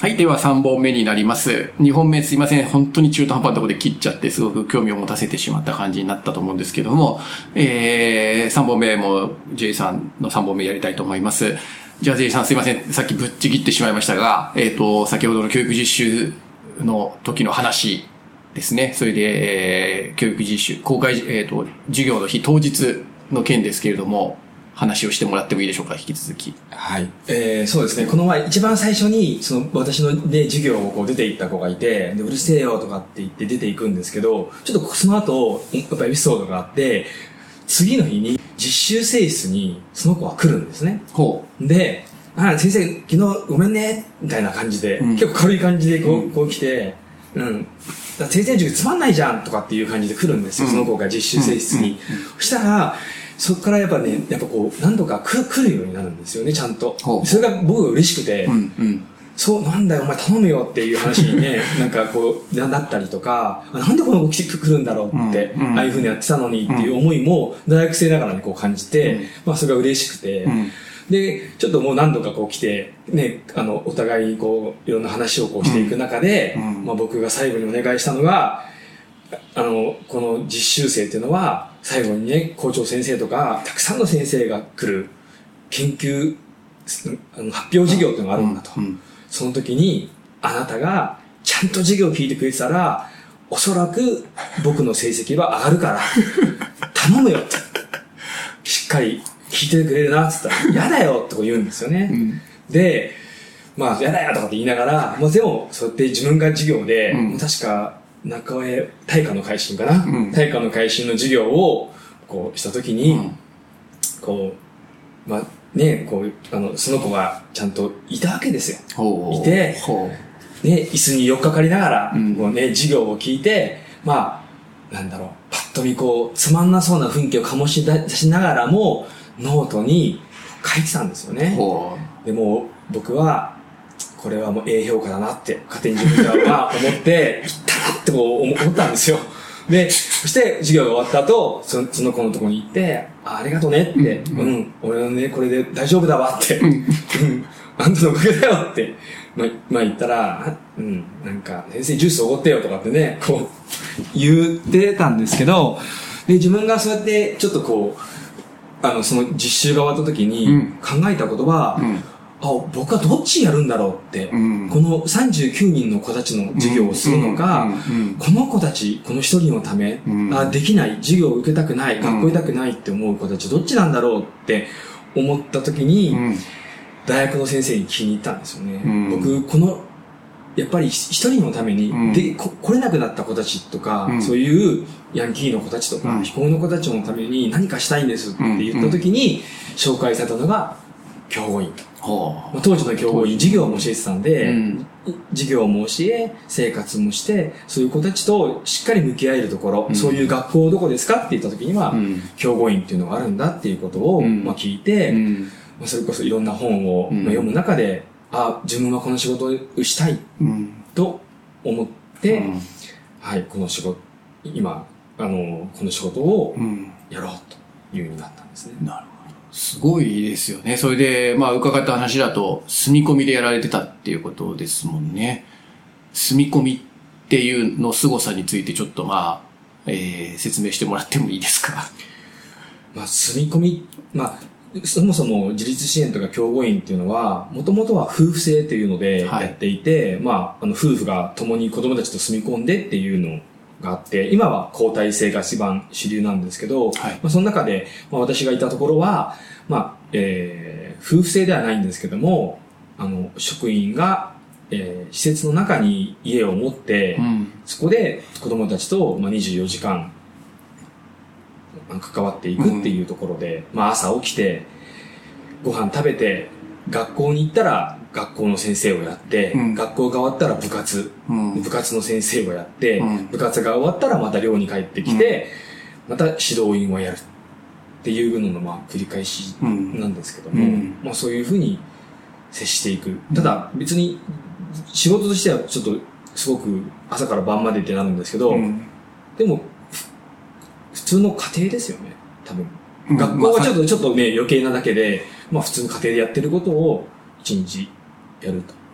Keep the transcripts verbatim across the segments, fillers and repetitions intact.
はい。ではさんぼんめになります。にほんめすいません。本当に中途半端なところで切っちゃって、すごく興味を持たせてしまった感じになったと思うんですけども、えー、さんぼんめも J さんのさんぼんめやりたいと思います。じゃあ J さんすいません。さっきぶっちぎってしまいましたが、えっと、先ほどの教育実習の時の話ですね。それで、えー、教育実習、公開、えっと、授業の日当日の件ですけれども、話をしてもらってもいいでしょうか、引き続き。 はい。えー、そうですね。この前、一番最初に、その、私のね、授業をこう出て行った子がいて、で、うるせえよとかって言って出て行くんですけど、ちょっとその後、やっぱエピソードがあって、次の日に実習生室にその子は来るんですね。 ほう。で、あ、先生、昨日ごめんね、みたいな感じで、うん、結構軽い感じでこう、うん、こう来て、うん。だ先生の授業つまんないじゃんとかっていう感じで来るんですよ、うん、その子が実習生室に。うんうん、そしたら、そこからやっぱね、やっぱこう、何度か来るようになるんですよね、ちゃんと。それが僕が嬉しくて、うんうん、そう、なんだよ、お前頼むよっていう話にね、なんかこう、なったりとか、なんでこの子来るんだろうって、うんうん、ああいう風にやってたのにっていう思いも、大学生ながらにこう感じて、うん、まあそれが嬉しくて、うん、で、ちょっともう何度かこう来て、ね、あの、お互いにこう、いろんな話をこうしていく中で、うん、まあ僕が最後にお願いしたのが、あの、この実習生っていうのは、最後にね、校長先生とか、たくさんの先生が来る研究、あの発表授業っていうのがあるんだと。うんうん、その時に、あなたがちゃんと授業を聞いてくれてたら、おそらく僕の成績は上がるから、頼むよって。しっかり聞いてくれるなって言ったら、嫌だよって言うんですよね。うん、で、まあ、嫌だよとかって言いながら、もうでも、そうやって自分が授業で、うん、確か、中江大化の改新かな、うん、大化の改新の授業をこうしたときに、うん、こう、まあね、こう、あの、その子がちゃんといたわけですよ。いて、ね、椅子に寄っかかりながら、うん、こうね、授業を聞いて、まあ、なんだろう、パッと見こう、つまんなそうな雰囲気を醸し出しながらも、ノートに書いてたんですよね。でも、僕は、これはもう A 評価だなって、勝手に自分では思って、いったなってこう思ったんですよ。で、そして授業が終わった後、その、その子のところに行って、あ、ありがとうねって、うん、うん、俺はね、これで大丈夫だわって、うん、あんたのおかげだよって、まあ、まあ言ったら、うん、なんか、先生ジュースおごってよとかってね、こう、言ってたんですけど、で、自分がそうやってちょっとこう、あの、その実習が終わった時に考えたことは、うんうん、あ、僕はどっちやるんだろうって、うん、このさんじゅうきゅうにんの子たちの授業をするのか、うんうんうん、この子たち、この一人のため、うん、あ、できない、授業を受けたくない、学校行きたくないって思う子たち、どっちなんだろうって思った時に、うん、大学の先生に聞きに行ったんですよね。うん、僕、この、やっぱり一人のために、うん、でこ、来れなくなった子たちとか、うん、そういうヤンキーの子たちとか、うん、非行の子たちのために何かしたいんですって言った時に、紹介されたのが、教護員。当時の教護員、授業も教えてたんで、うん、授業も教え、生活もして、そういう子たちとしっかり向き合えるところ、うん、そういう学校どこですかって言った時には、うん、教護員っていうのがあるんだっていうことを、うん、まあ、聞いて、うん、まあ、それこそいろんな本を、まあ、読む中で、あ、自分はこの仕事をしたいと思って、うん、はい、この仕事、今、あの、この仕事をやろうというようになったんですね。 なるほど。すごいですよね。それで、まあ、伺った話だと、住み込みでやられてたっていうことですもんね。住み込みっていうの凄さについてちょっとまあ、えー、説明してもらってもいいですか。 まあ、住み込み、まあ、そもそも自立支援とか教護員っていうのは、もともとは夫婦制っていうのでやっていて、はい、まあ、あの、夫婦が共に子供たちと住み込んでっていうのがあって、今は交代制が一番主流なんですけど、はい、まあ、その中で、まあ、私がいたところは、まあ、えー、夫婦制ではないんですけども、あの、職員が、えー、施設の中に家を持って、うん、そこで子供たちと、まあ、にじゅうよじかん、関わっていくっていうところで、うん、まあ朝起きて、ご飯食べて、学校に行ったら学校の先生をやって、うん、学校が終わったら部活、うん、部活の先生をやって、うん、部活が終わったらまた寮に帰ってきて、うん、また指導員をやるっていうののまあ繰り返しなんですけども、うん、まあそういうふうに接していく。ただ別に仕事としてはちょっとすごく朝から晩までってなるんですけど、うん、でも普通の家庭ですよね、多分。学校はちょっと、ちょっとね、余計なだけで、まあ普通の家庭でやってることを一日やると。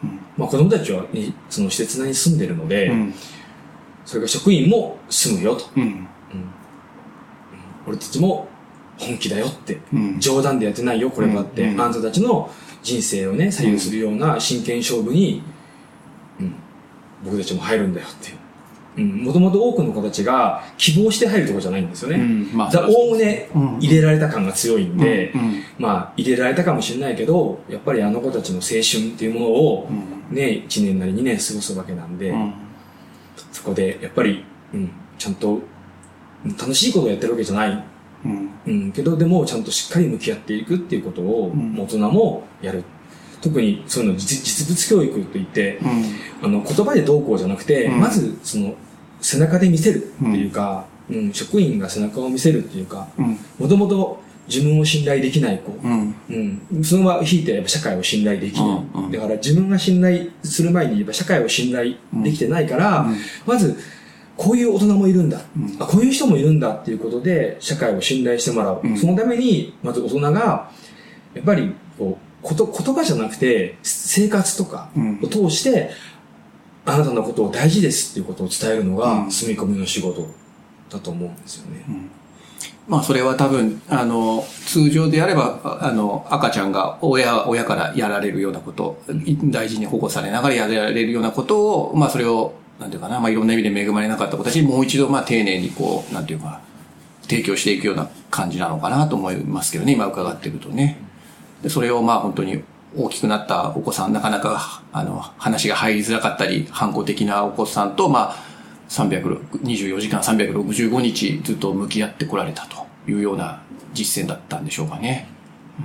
うん、まあ子供たちは、ね、その施設内に住んでるので、うん、それから職員も住むよと。うんうん、俺たちも本気だよって、うん、冗談でやってないよこれはって、うん、あなたたちの人生をね左右するような真剣勝負に、うん、僕たちも入るんだよっていう。もともと多くの子たちが希望して入るところじゃないんですよね。うん、まあ、おおむね入れられた感が強いんで、うんうん、まあ入れられたかもしれないけど、やっぱりあの子たちの青春っていうものをね、いちねんなりにねん過ごすわけなんで、うん、そこでやっぱり、うん、ちゃんと楽しいことをやってるわけじゃない。うんうん、けどでもちゃんとしっかり向き合っていくっていうことを大人もやる。特にそういうの実、実物教育といって、うん、あの言葉でどうこうじゃなくて、うん、まずその背中で見せるっていうか、うんうん、職員が背中を見せるっていうか、もともと自分を信頼できない子、うんうん、そのまま引いてやっぱ社会を信頼できない、うんうん、だから自分が信頼する前にやっぱ社会を信頼できてないから、うん、まずこういう大人もいるんだ、うん、あ、こういう人もいるんだっていうことで社会を信頼してもらう、うん、そのためにまず大人がやっぱりこうこと、言葉じゃなくて、生活とかを通して、うん、あなたのことを大事ですっていうことを伝えるのが、住み込みの仕事だと思うんですよね。うん、 まあ、それは多分、あの、通常であれば、あの、赤ちゃんが親、親からやられるようなこと、大事に保護されながらやられるようなことを、まあ、それを、なんていうかな、まあ、いろんな意味で恵まれなかった子たちにもう一度、まあ、丁寧にこう、なんていうか、提供していくような感じなのかなと思いますけどね、今伺ってるとね。でそれをまあ本当に大きくなったお子さん、なかなかあの話が入りづらかったり、反抗的なお子さんとまあさんびゃくにじゅうよじかんさんびゃくろくじゅうごにちずっと向き合ってこられたというような実践だったんでしょうかね。うん、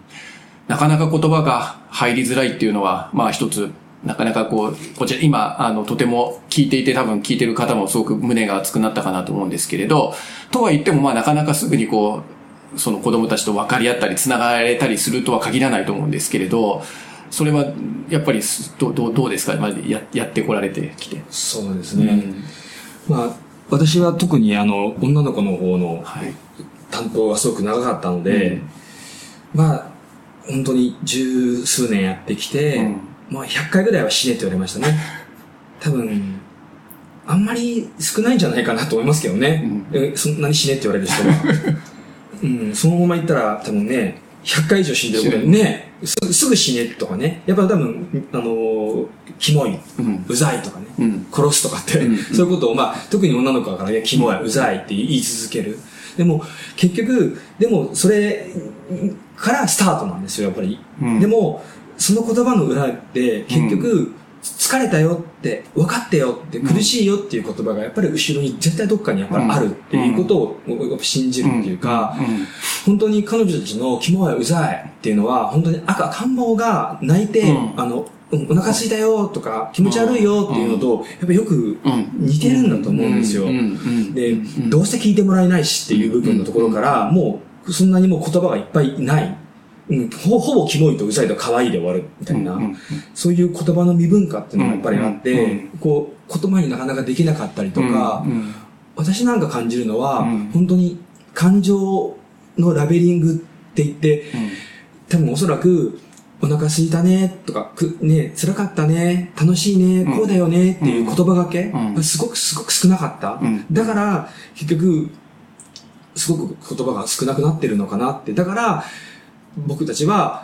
なかなか言葉が入りづらいっていうのはまあ一つ、なかなかこう、こちら今あのとても聞いていて多分聞いてる方もすごく胸が熱くなったかなと思うんですけれど、とは言ってもまあなかなかすぐにこうその子供たちと分かり合ったり繋がれたりするとは限らないと思うんですけれど、それはやっぱりどどどうですか、まあ、や, やってこられてきて。 そうですね、うん、まあ私は特にあの女の子の方の担当がすごく長かったので、うん、まあ本当に十数年やってきて、うん、まあひゃっかいぐらいは死ねって言われましたね。多分あんまり少ないんじゃないかなと思いますけどね、うん、そんなに死ねって言われる人はうん、そのまま言ったら多分ね、ひゃっかい以上死んでることにね、す, すぐ死ねとかね、やっぱ多分、あのー、キモい、うん、うざいとかね、うん、殺すとかって、うん、そういうことを、まあ、特に女の子からね、キモい、うざいって言い続ける。でも、結局、でも、それからスタートなんですよ、やっぱり。うん、でも、その言葉の裏で、結局、うん疲れたよって、分かってよって、苦しいよっていう言葉がやっぱり後ろに絶対どっかにやっぱりあるっていうことを信じるっていうか、本当に彼女たちのキモいうざいっていうのは、本当に赤、赤ん坊が泣いて、あの、お腹空いたよとか気持ち悪いよっていうのと、やっぱよく似てるんだと思うんですよ。で、どうせ聞いてもらえないしっていう部分のところから、もうそんなにもう言葉がいっぱいない。うん、ほ, ほぼキモいとうざいと可愛いで終わるみたいな、うんうんうん、そういう言葉の未文化っていうのがやっぱりあって、うんうん、こう言葉になかなかできなかったりとか、うんうん、私なんか感じるのは、うん、本当に感情のラベリングって言って、うん、多分おそらくお腹空いたねとかくね辛かったね楽しいね、うん、こうだよねっていう言葉がけ、うん、すごくすごく少なかった、うん、だから結局すごく言葉が少なくなってるのかなって、だから僕たちは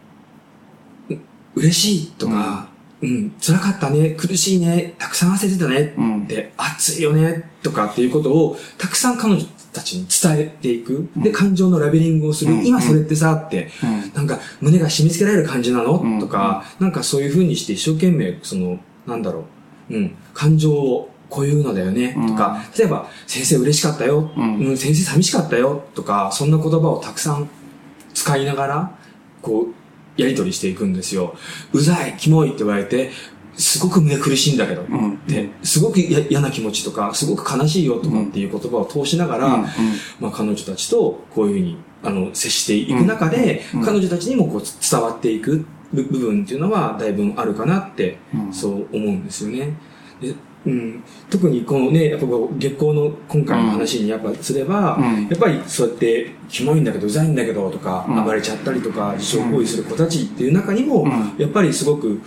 嬉しいとか、うん、うん、辛かったね、苦しいね、たくさん汗出たね、うん、で暑いよねとかっていうことをたくさん彼女たちに伝えていく、で感情のラベリングをする、うん、今それってさって、うん、なんか胸が締め付けられる感じなの、うん、とか、なんかそういう風にして一生懸命そのなんだろう、うん、感情をこういうのだよね、とか、例えば先生嬉しかったよ、うんうん、先生寂しかったよとか、そんな言葉をたくさん使いながらこうやり取りしていくんですよ。うざい、キモいって言われてすごく胸苦しいんだけど、うん、ですごく嫌な気持ちとかすごく悲しいよとかっていう言葉を通しながら、うんうん、まあ、彼女たちとこういうふうにあの接していく中で、うんうん、彼女たちにもこう伝わっていく部分っていうのはだいぶあるかなって、うん、そう思うんですよね。でうん、特にこのね、やっぱ月光の今回の話にやっぱすれば、うん、やっぱりそうやってキモいんだけどうざいんだけどとか、うん、暴れちゃったりとか自傷行為する子たちっていう中にも、うん、やっぱりすごく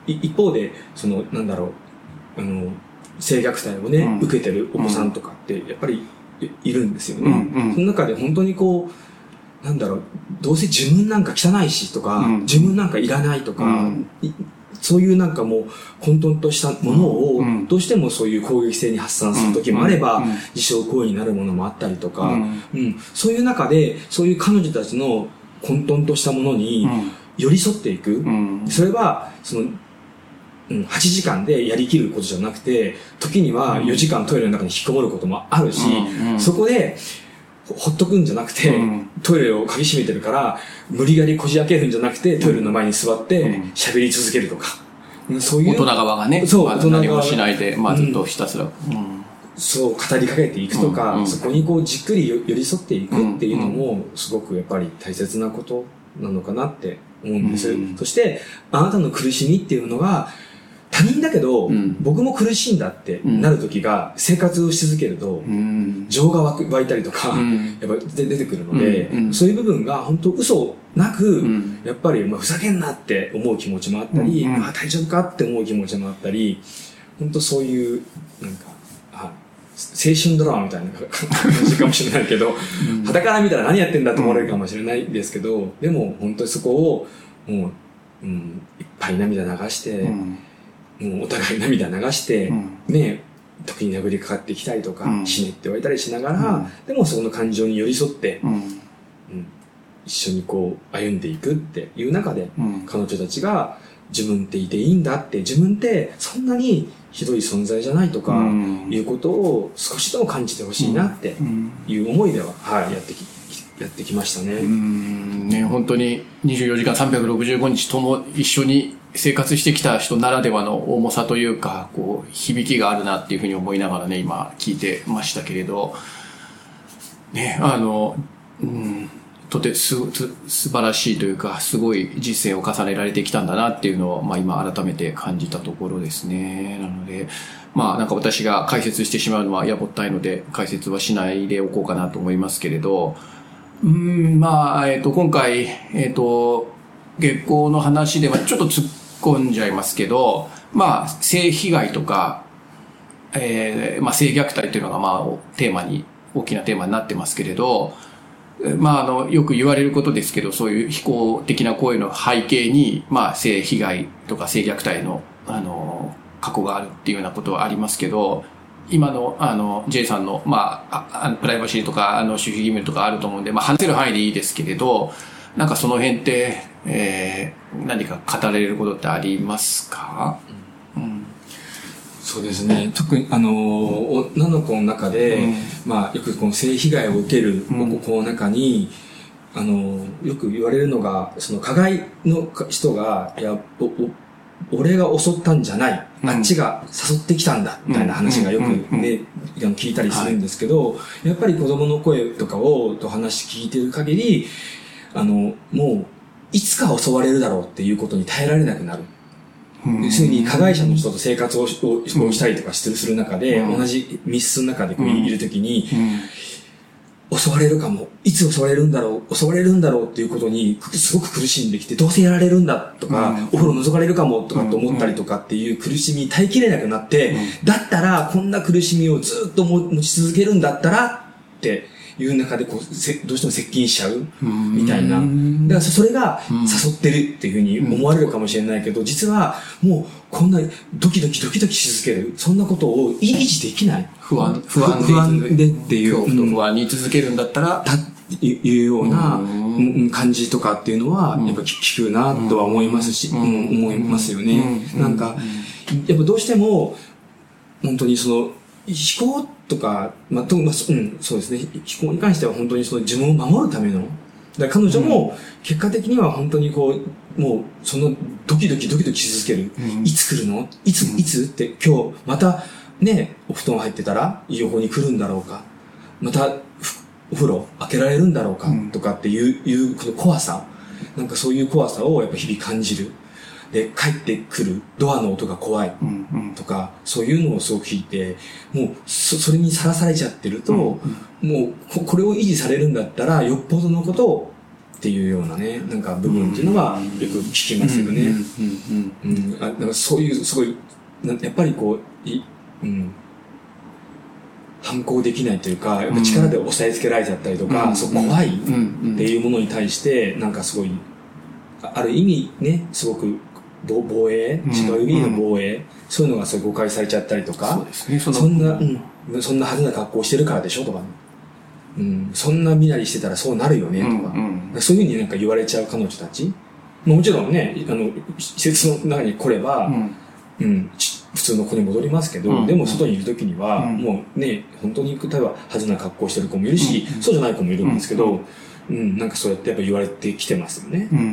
一方で、その、なんだろう、あの、性虐待をね、うん、受けてるお子さんとかって、やっぱりいるんですよね。うんうん、その中で本当にこう、なんだろう、どうせ自分なんか汚いしとか、うん、自分なんかいらないとか、うん、そういうなんかもう混沌としたものを、うん、どうしてもそういう攻撃性に発散する時もあれば、うんうん、自傷行為になるものもあったりとか、うんうん、そういう中で、そういう彼女たちの混沌としたものに寄り添っていく。うん、それは、その、はちじかんでやりきることじゃなくて、時にはよじかんトイレの中に引きこもることもあるし、うんうん、そこで、ほっとくんじゃなくて、うん、トイレを鍵閉めてるから、無理やりこじ開けるんじゃなくて、トイレの前に座って喋り続けるとか。うん、そういう。 大人側がね、そう、大人側何もしないで、まあずっとひたすら、うん。 そう、語りかけていくとか、うんうん、そこにこうじっくり寄り添っていくっていうのも、すごくやっぱり大切なことなのかなって思うんです。うんうん、そして、あなたの苦しみっていうのが、他人だけど、うん、僕も苦しいんだってなる時が、生活をし続けると、うん、情が湧いたりとか、うん、やっぱ出てくるので、うん、そういう部分が本当嘘なく、うん、やっぱり、まあ、ふざけんなって思う気持ちもあったり、うん、あ、大丈夫かって思う気持ちもあったり、本当そういう、なんか、あ、青春ドラマみたいな感じかもしれないけど、傍から見たら何やってんだと思われるかもしれないですけど、でも本当にそこを、もう、うん、いっぱい涙流して、うんもうお互い涙流して、うん、ね、時に殴りかかってきたりとか、うん、死ねって言われたりしながら、うん、でもその感情に寄り添って、うんうん、一緒にこう歩んでいくっていう中で、うん、彼女たちが自分っていていいんだって、自分ってそんなにひどい存在じゃないとか、うん、いうことを少しでも感じてほしいなっていう思いでは、はい、やってきやってきましたね。 うんね、本当ににじゅうよじかんさんびゃくろくじゅうごにちとも一緒に生活してきた人ならではの重さというか、こう、響きがあるなっていうふうに思いながらね、今聞いてましたけれど、ね、あの、うん、とてす、素晴らしいというか、すごい実践を重ねられてきたんだなっていうのを、まあ今改めて感じたところですね。なので、まあなんか私が解説してしまうのはやぼったいので、解説はしないでおこうかなと思いますけれど、うん、まあ、えっと、今回、えっと、月光の話ではちょっと突っ込んじゃいますけど、まあ、性被害とか、えー、まあ、性虐待というのが、まあ、テーマに、大きなテーマになってますけれど、まあ、あの、よく言われることですけど、そういう非行的な行為の背景に、まあ、性被害とか性虐待の、あの、過去があるっていうようなことはありますけど、今の、あの、J さんの、まあ、あプライバシーとか、あの、守秘義務とかあると思うんで、まあ、話せる範囲でいいですけれど、なんかその辺って、えー、何か語れることってありますか？ うんうん、そうですね。特に、あの、女の子の中で、うん、まあ、よくこの性被害を受ける子の中に、うん、あの、よく言われるのが、その加害の人が、いや、おお俺が襲ったんじゃない、あっちが誘ってきたんだ、みたいな話がよくね、聞いたりするんですけど、やっぱり子供の声とかを、と話聞いてる限り、あの、もう、いつか襲われるだろうっていうことに耐えられなくなる。要するに、加害者の人と生活をしたりとかする中で、同じ密室の中でいるときに、襲われるかも、いつ襲われるんだろう、襲われるんだろうっていうことにすごく苦しんできて、どうせやられるんだとか、うん、お風呂覗かれるかもとかって思ったりとかっていう苦しみに耐えきれなくなって、うん、だったらこんな苦しみをずっと持ち続けるんだったらっていう中でこうせどうしても接近しちゃうみたいな。だからそれが誘ってるっていうふうに思われるかもしれないけど、実はもうこんなドキドキドキドキし続ける、そんなことを維持できない。 不安、不安で。 不安でっていう。 恐怖と不安に続けるんだったら、 たいうような感じとかっていうのは、やっぱ聞くなとは思いますし、思いますよね。なんか、やっぱどうしても、本当にその、飛行とか、まあ、と、まあ、うん、そうですね。飛行に関しては本当にその自分を守るための。だから彼女も結果的には本当にこう、もうそのドキドキドキドキし続ける。うん、いつ来るのいつ、いつって今日またね、お布団入ってたら横に来るんだろうか。またお風呂開けられるんだろうか、うん、とかっていう、いうこの怖さ。なんかそういう怖さをやっぱ日々感じる。で、帰ってくるドアの音が怖いとか、うんうん、そういうのをすごく聞いて、もう そ, それにさらされちゃってると、うんうん、もう こ, これを維持されるんだったらよっぽどのことをっていうようなね、なんか部分っていうのはよく聞きますよね。うん。あ、なんかそういう、すごい、やっぱりこう、い、うん。反抗できないというか、やっぱ力で押さえつけられちゃったりとか、うん、そう怖いっていうものに対して、なんかすごい、ある意味ね、すごく防衛、違う意味の防衛、うん、そういうのがそう誤解されちゃったりとか、そうですね、そ, そんな、うん、そんな派手な格好してるからでしょとかね。うん、そんな身なりしてたらそうなるよねとか、うんうん、そういうふうになんか言われちゃう彼女たち。もちろんね、あの、施設の中に来れば、うん、うん、普通の子に戻りますけど、うん、でも外にいるときには、うん、もうね、本当に例えば派手な格好してる子もいるし、うん、そうじゃない子もいるんですけど、うん、うん、なんかそうやってやっぱ言われてきてますよね。うんうん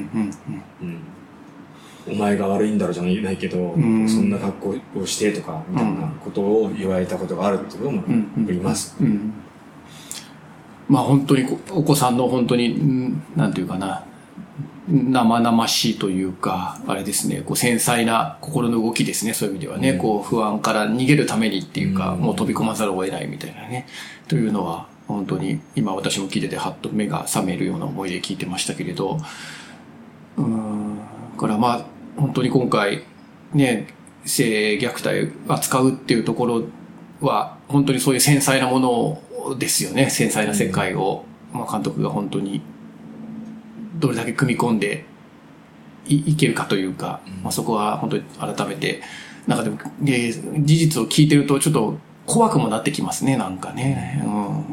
うん、お前が悪いんだろうじゃないけど、うん、そんな格好をしてとか、みたいなことを言われたことがあるってこともあります。うんうんうん、 まあ本当にお子さんの本当に、なんていうかな、生々しいというか、あれですね、こう繊細な心の動きですね、そういう意味ではね、うん、こう不安から逃げるためにっていうか、うん、もう飛び込まざるを得ないみたいなね、というのは、本当に今私も聞いててハッと目が覚めるような思いで聞いてましたけれど、うーん、だからまあ、本当に今回、ね、性虐待を扱うっていうところは、本当にそういう繊細なものですよね、繊細な世界を、うん、まあ監督が本当に、どれだけ組み込んで い, いけるかというか、まあ、そこは本当に改めて、なんかでも、で事実を聞いてるとちょっと怖くもなってきますね、なんかね。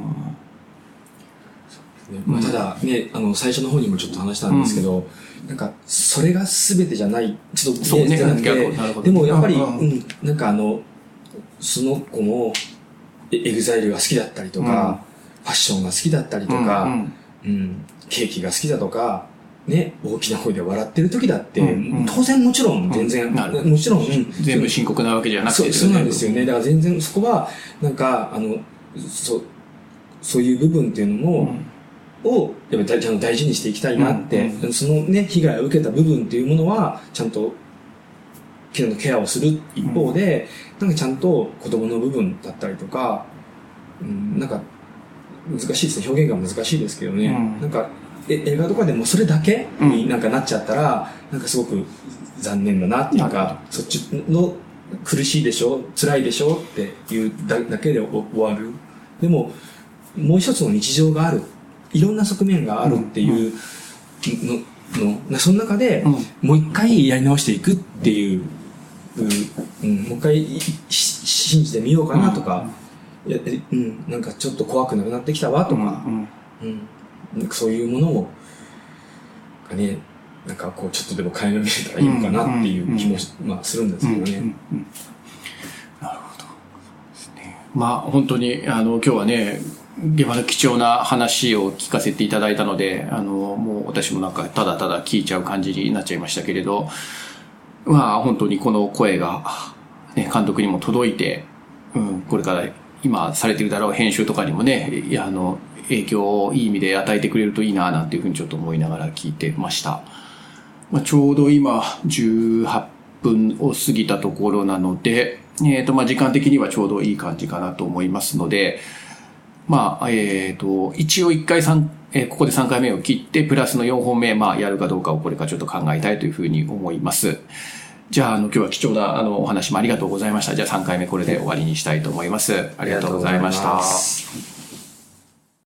うんまあ、ただね、あの、最初の方にもちょっと話したんですけど、うん、なんか、それが全てじゃない、ちょっと、ね、そうね、なんで、でもやっぱり、うん、うん、なんかあの、その子も、エグザイルが好きだったりとか、うん、ファッションが好きだったりとか、うんうんうん、ケーキが好きだとか、ね、大きな声で笑ってる時だって、うんうん、当然もちろん全然、うん、もちろん、うん、 全部深刻なわけじゃなくて、ね、 そう、そうなんですよね。だから全然そこは、なんか、あの、そ、そういう部分っていうのも、うん、を、やっぱりちゃんと大事にしていきたいなって、うんうん、そのね、被害を受けた部分っていうものは、ちゃんと、ケアのケアをする一方で、うん、なんかちゃんと子供の部分だったりとか、うん、なんか、難しいですね。表現が難しいですけどね。うん、なんか、え、映画とかでもそれだけになんかなっちゃったら、うん、なんかすごく残念だなっていうか、そっちの苦しいでしょ辛いでしょっていうだだけで終わる。でも、もう一つの日常がある。いろんな側面があるっていうの、の、のその中で、うん、もう一回やり直していくっていう、うん、もう一回信じてみようかなとか、うんいやうん、なんかちょっと怖くなくなってきたわとか、うんうんうん、そういうものをね、なんかこうちょっとでも垣間見れたらいいのかなっていう気も、まあ、するんですけどね。うんうんうん、 なるほど。ですね。まあ本当にあの今日はね、現場の貴重な話を聞かせていただいたので、あのもう私もなんかただただ聞いちゃう感じになっちゃいましたけれど、まあ本当にこの声が、ね、監督にも届いて、うん、これから今されてるだろう編集とかにもね、いやあの影響をいい意味で与えてくれるといいななんていうふうにちょっと思いながら聞いてました。まあ、ちょうど今じゅうはっぷんを過ぎたところなので、えっとまあ時間的にはちょうどいい感じかなと思いますので、まあえっと一応いっかいさん、えー、ここでさんかいめを切ってプラスのよんほんめまあやるかどうかをこれからちょっと考えたいというふうに思います。じゃあ、あの、今日は貴重な、あの、お話もありがとうございました。じゃあさんかいめこれで終わりにしたいと思います。ありがとうございました。